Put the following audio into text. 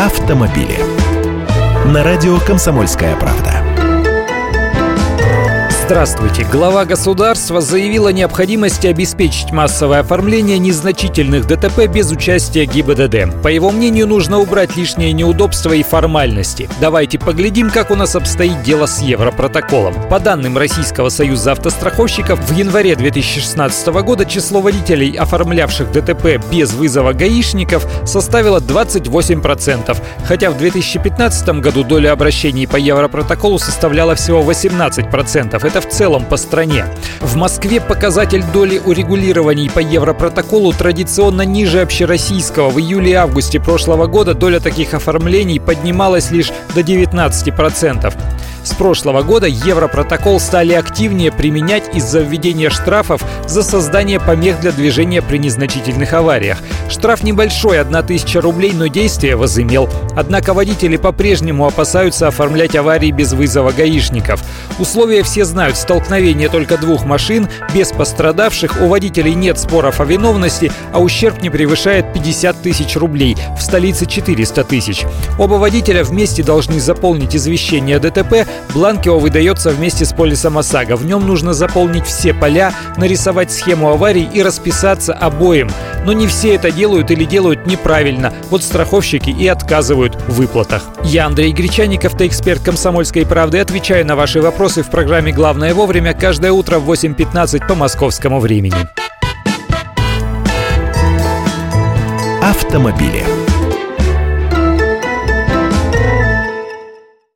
автомобили. На радио «Комсомольская правда». Здравствуйте. Глава государства заявила о необходимости обеспечить массовое оформление незначительных ДТП без участия ГИБДД. По его мнению, нужно убрать лишние неудобства и формальности. Давайте поглядим, как у нас обстоит дело с Европротоколом. По данным Российского союза автостраховщиков, в январе 2016 года число водителей, оформлявших ДТП без вызова гаишников, составило 28%, хотя в 2015 году доля обращений по Европротоколу составляла всего 18%. Это в целом по стране. В Москве показатель доли урегулирований по Европротоколу традиционно ниже общероссийского. В июле и августе прошлого года доля таких оформлений поднималась лишь до 19%. С прошлого года Европротокол стали активнее применять из-за введения штрафов за создание помех для движения при незначительных авариях. Штраф небольшой, 1000 рублей, но действие возымел. Однако водители по-прежнему опасаются оформлять аварии без вызова гаишников. Условия все знают: столкновение только двух машин, без пострадавших, у водителей нет споров о виновности, а ущерб не превышает 50 тысяч рублей, в столице 400 тысяч. Оба водителя вместе должны заполнить извещение о ДТП. Бланк его выдается вместе с полисом ОСАГО. В нем нужно заполнить все поля, нарисовать схему аварий и расписаться обоим. Но не все это делают или делают неправильно. Вот страховщики и отказывают в выплатах. Я, Андрей Гречаник, автоэксперт «Комсомольской правды», отвечаю на ваши вопросы в программе «Главное вовремя» каждое утро в 8:15 по московскому времени. Автомобили.